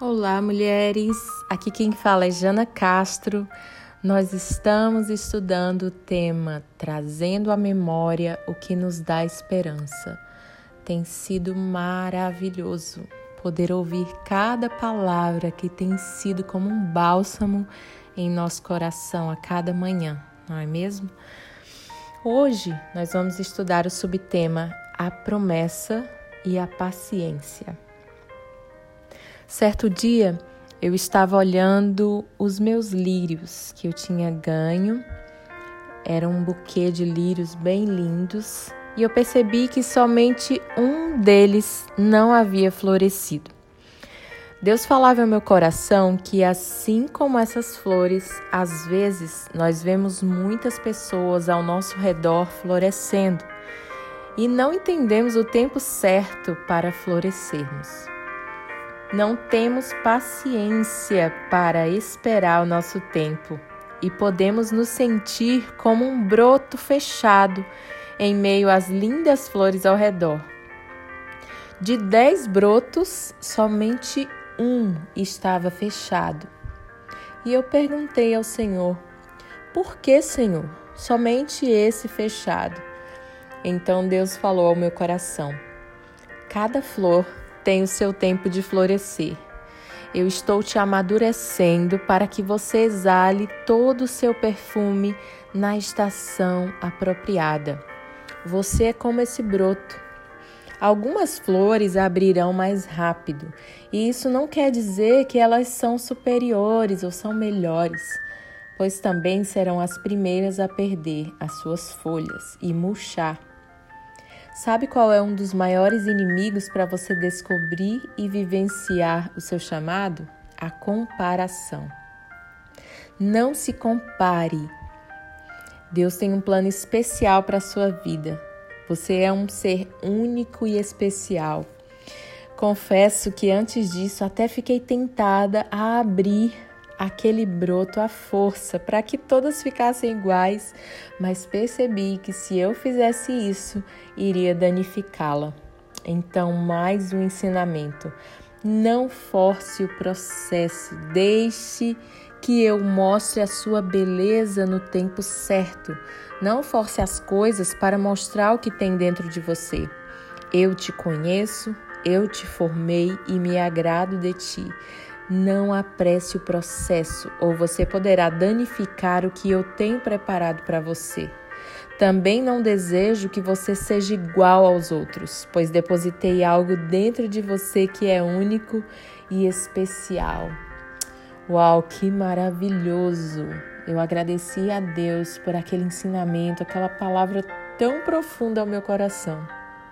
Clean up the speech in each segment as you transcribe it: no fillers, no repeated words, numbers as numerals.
Olá, mulheres! Aqui quem fala é Jana Castro. Nós estamos estudando o tema Trazendo à Memória o que nos dá esperança. Tem sido maravilhoso poder ouvir cada palavra que tem sido como um bálsamo em nosso coração a cada manhã, não é mesmo? Hoje nós vamos estudar o subtema A Promessa e a Paciência. Certo dia, eu estava olhando os meus lírios que eu tinha ganho. Era um buquê de lírios bem lindos e eu percebi que somente um deles não havia florescido. Deus falava ao meu coração que, assim como essas flores, às vezes nós vemos muitas pessoas ao nosso redor florescendo e não entendemos o tempo certo para florescermos. Não temos paciência para esperar o nosso tempo e podemos nos sentir como um broto fechado em meio às lindas flores ao redor. De 10 brotos, somente um estava fechado. E eu perguntei ao Senhor: por que, Senhor, somente esse fechado? Então Deus falou ao meu coração: cada flor tem o seu tempo de florescer. Eu estou te amadurecendo para que você exale todo o seu perfume na estação apropriada. Você é como esse broto. Algumas flores abrirão mais rápido, e isso não quer dizer que elas são superiores ou são melhores, pois também serão as primeiras a perder as suas folhas e murchar. Sabe qual é um dos maiores inimigos para você descobrir e vivenciar o seu chamado? A comparação. Não se compare. Deus tem um plano especial para a sua vida. Você é um ser único e especial. Confesso que antes disso até fiquei tentada a abrir aquele broto à força para que todas ficassem iguais, mas percebi que se eu fizesse isso, iria danificá-la. Então, mais um ensinamento: não force o processo, deixe que eu mostre a sua beleza no tempo certo. Não force as coisas para mostrar o que tem dentro de você. Eu te conheço, eu te formei e me agrado de ti. Não apresse o processo, ou você poderá danificar o que eu tenho preparado para você. Também não desejo que você seja igual aos outros, pois depositei algo dentro de você que é único e especial. Uau, que maravilhoso! Eu agradeci a Deus por aquele ensinamento, aquela palavra tão profunda ao meu coração.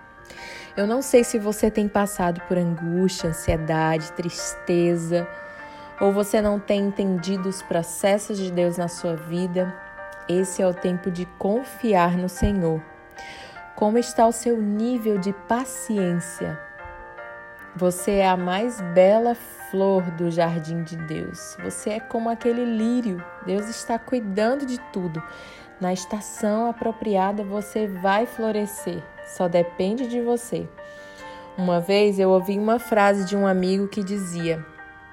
Eu não sei se você tem passado por angústia, ansiedade, tristeza, ou você não tem entendido os processos de Deus na sua vida. Esse é o tempo de confiar no Senhor. Como está o seu nível de paciência? Você é a mais bela flor do jardim de Deus. Você é como aquele lírio. Deus está cuidando de tudo. Na estação apropriada você vai florescer. Só depende de você. Uma vez eu ouvi uma frase de um amigo que dizia: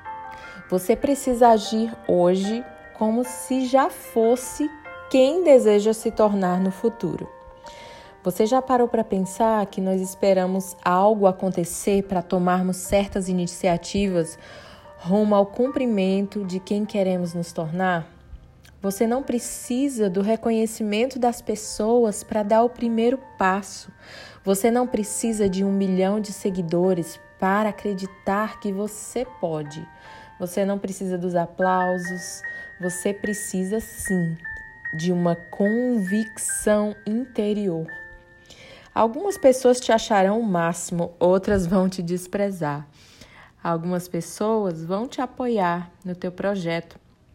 você precisa agir hoje como se já fosse quem deseja se tornar no futuro. Você já parou para pensar que nós esperamos algo acontecer para tomarmos certas iniciativas rumo ao cumprimento de quem queremos nos tornar? Você não precisa do reconhecimento das pessoas para dar o primeiro passo. Você não precisa de 1 milhão de seguidores para acreditar que você pode. Você não precisa dos aplausos. Você precisa, sim, de uma convicção interior. Algumas pessoas te acharão o máximo, outras vão te desprezar. Algumas pessoas vão te apoiar no teu projeto.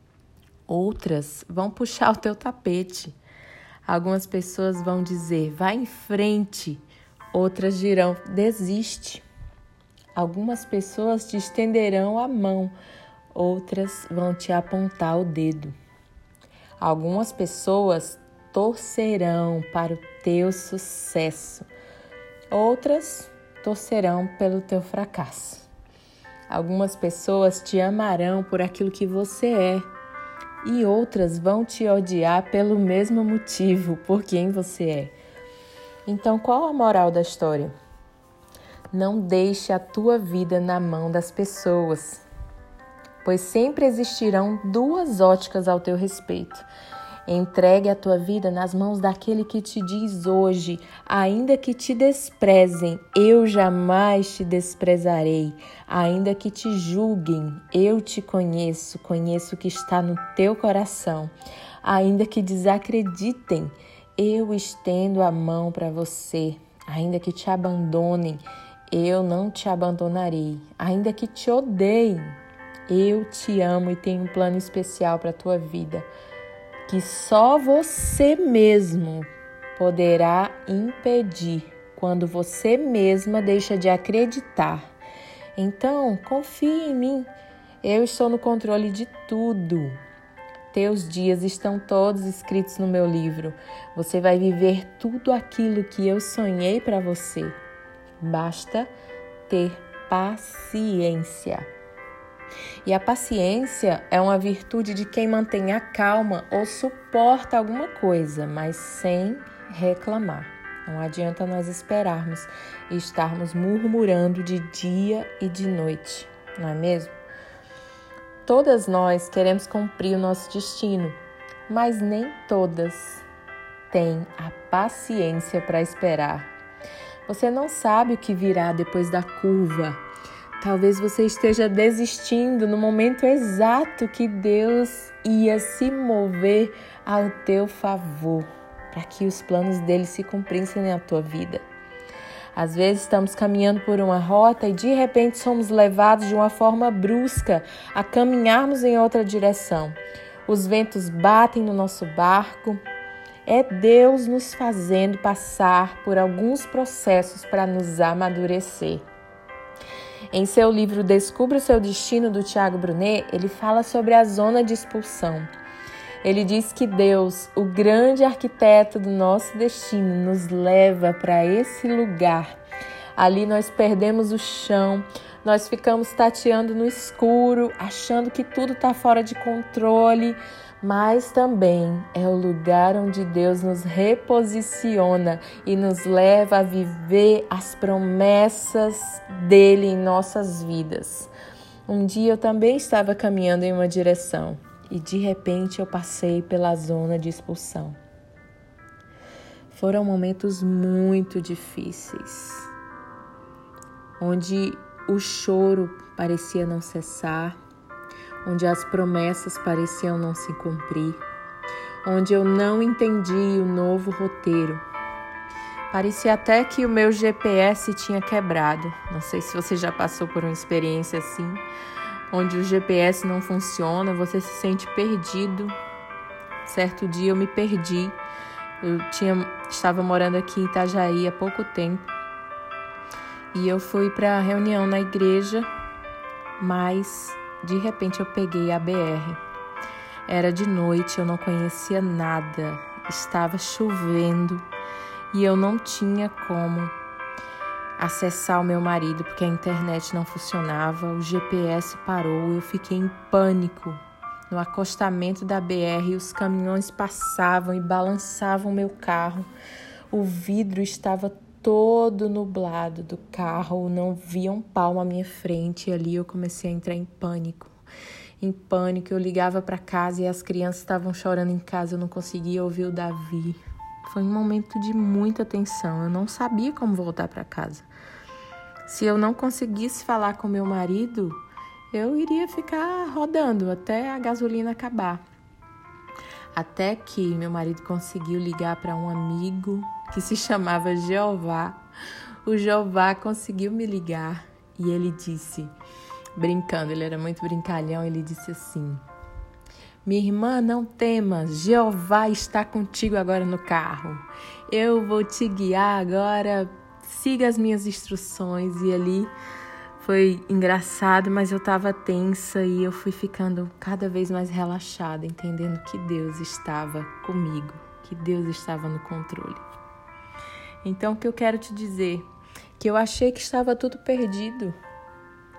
Outras vão puxar o teu tapete. Algumas pessoas vão dizer: vai em frente. Outras dirão: desiste. Algumas pessoas te estenderão a mão. Outras vão te apontar o dedo. Algumas pessoas torcerão para o teu sucesso. Outras torcerão pelo teu fracasso. Algumas pessoas te amarão por aquilo que você é e outras vão te odiar pelo mesmo motivo, por quem você é. Então, qual a moral da história? Não deixe a tua vida na mão das pessoas, pois sempre existirão duas óticas ao teu respeito. Entregue a tua vida nas mãos daquele que te diz hoje, ainda que te desprezem, eu jamais te desprezarei. Ainda que te julguem, eu te conheço, conheço o que está no teu coração. Ainda que desacreditem, eu estendo a mão para você. Ainda que te abandonem, eu não te abandonarei. Ainda que te odeiem, eu te amo e tenho um plano especial para a tua vida, que só você mesmo poderá impedir quando você mesma deixa de acreditar. Então, confie em mim. Eu estou no controle de tudo. Teus dias estão todos escritos no meu livro. Você vai viver tudo aquilo que eu sonhei para você. Basta ter paciência. E a paciência é uma virtude de quem mantém a calma ou suporta alguma coisa, mas sem reclamar. Não adianta nós esperarmos e estarmos murmurando de dia e de noite, não é mesmo? Todas nós queremos cumprir o nosso destino, mas nem todas têm a paciência para esperar. Você não sabe o que virá depois da curva. Talvez você esteja desistindo no momento exato que Deus ia se mover ao teu favor, para que os planos dele se cumprissem na tua vida. Às vezes estamos caminhando por uma rota e de repente somos levados de uma forma brusca a caminharmos em outra direção. Os ventos batem no nosso barco. É Deus nos fazendo passar por alguns processos para nos amadurecer. Em seu livro Descubra o Seu Destino, do Tiago Brunet, ele fala sobre a zona de expulsão. Ele diz que Deus, o grande arquiteto do nosso destino, nos leva para esse lugar. Ali nós perdemos o chão, nós ficamos tateando no escuro, achando que tudo está fora de controle, mas também é o lugar onde Deus nos reposiciona e nos leva a viver as promessas dele em nossas vidas. Um dia eu também estava caminhando em uma direção e de repente eu passei pela zona de expulsão. Foram momentos muito difíceis, onde o choro parecia não cessar, onde as promessas pareciam não se cumprir, onde eu não entendi o novo roteiro. Parecia até que o meu GPS tinha quebrado. Não sei se você já passou por uma experiência assim, onde o GPS não funciona, você se sente perdido. Certo dia eu me perdi. Estava morando aqui em Itajaí há pouco tempo e eu fui para a reunião na igreja, mas de repente eu peguei a BR. Era de noite, eu não conhecia nada, estava chovendo e eu não tinha como acessar o meu marido porque a internet não funcionava, o GPS parou, eu fiquei em pânico. No acostamento da BR, os caminhões passavam e balançavam meu carro. O vidro estava todo nublado do carro, não via um palmo à minha frente. E ali eu comecei a entrar em pânico. Em pânico, eu ligava para casa e as crianças estavam chorando em casa. Eu não conseguia ouvir o Davi. Foi um momento de muita tensão. Eu não sabia como voltar para casa. Se eu não conseguisse falar com meu marido, eu iria ficar rodando até a gasolina acabar. Até que meu marido conseguiu ligar para um amigo que se chamava Jeová. O Jeová conseguiu me ligar e ele disse, brincando, ele era muito brincalhão, ele disse assim: minha irmã, não temas, Jeová está contigo agora no carro. Eu vou te guiar agora, siga as minhas instruções. E ali foi engraçado, mas eu estava tensa e eu fui ficando cada vez mais relaxada, entendendo que Deus estava comigo, que Deus estava no controle. Então, o que eu quero te dizer? Que eu achei que estava tudo perdido.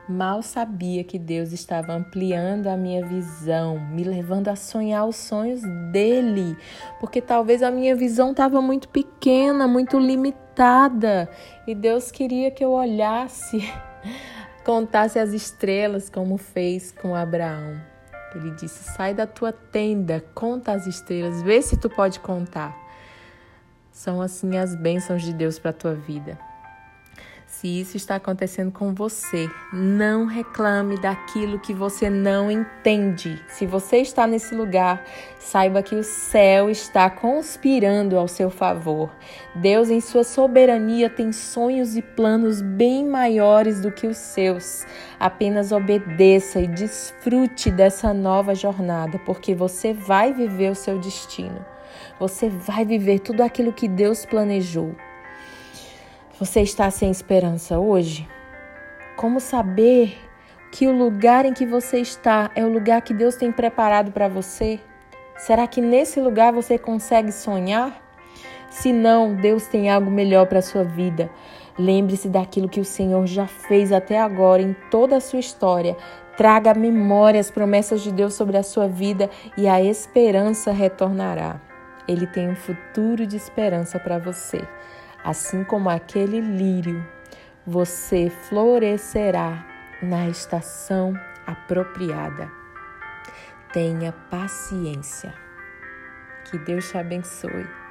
Mal sabia que Deus estava ampliando a minha visão, me levando a sonhar os sonhos dele, porque talvez a minha visão estava muito pequena, muito limitada, e Deus queria que eu olhasse, contasse as estrelas como fez com Abraão. Ele disse: sai da tua tenda, conta as estrelas, vê se tu pode contar. São assim as bênçãos de Deus para a tua vida. Se isso está acontecendo com você, não reclame daquilo que você não entende. Se você está nesse lugar, saiba que o céu está conspirando ao seu favor. Deus, em sua soberania, tem sonhos e planos bem maiores do que os seus. Apenas obedeça e desfrute dessa nova jornada, porque você vai viver o seu destino. Você vai viver tudo aquilo que Deus planejou. Você está sem esperança hoje? Como saber que o lugar em que você está é o lugar que Deus tem preparado para você? Será que nesse lugar você consegue sonhar? Se não, Deus tem algo melhor para a sua vida. Lembre-se daquilo que o Senhor já fez até agora em toda a sua história. Traga à memória as promessas de Deus sobre a sua vida e a esperança retornará. Ele tem um futuro de esperança para você. Assim como aquele lírio, você florescerá na estação apropriada. Tenha paciência. Que Deus te abençoe.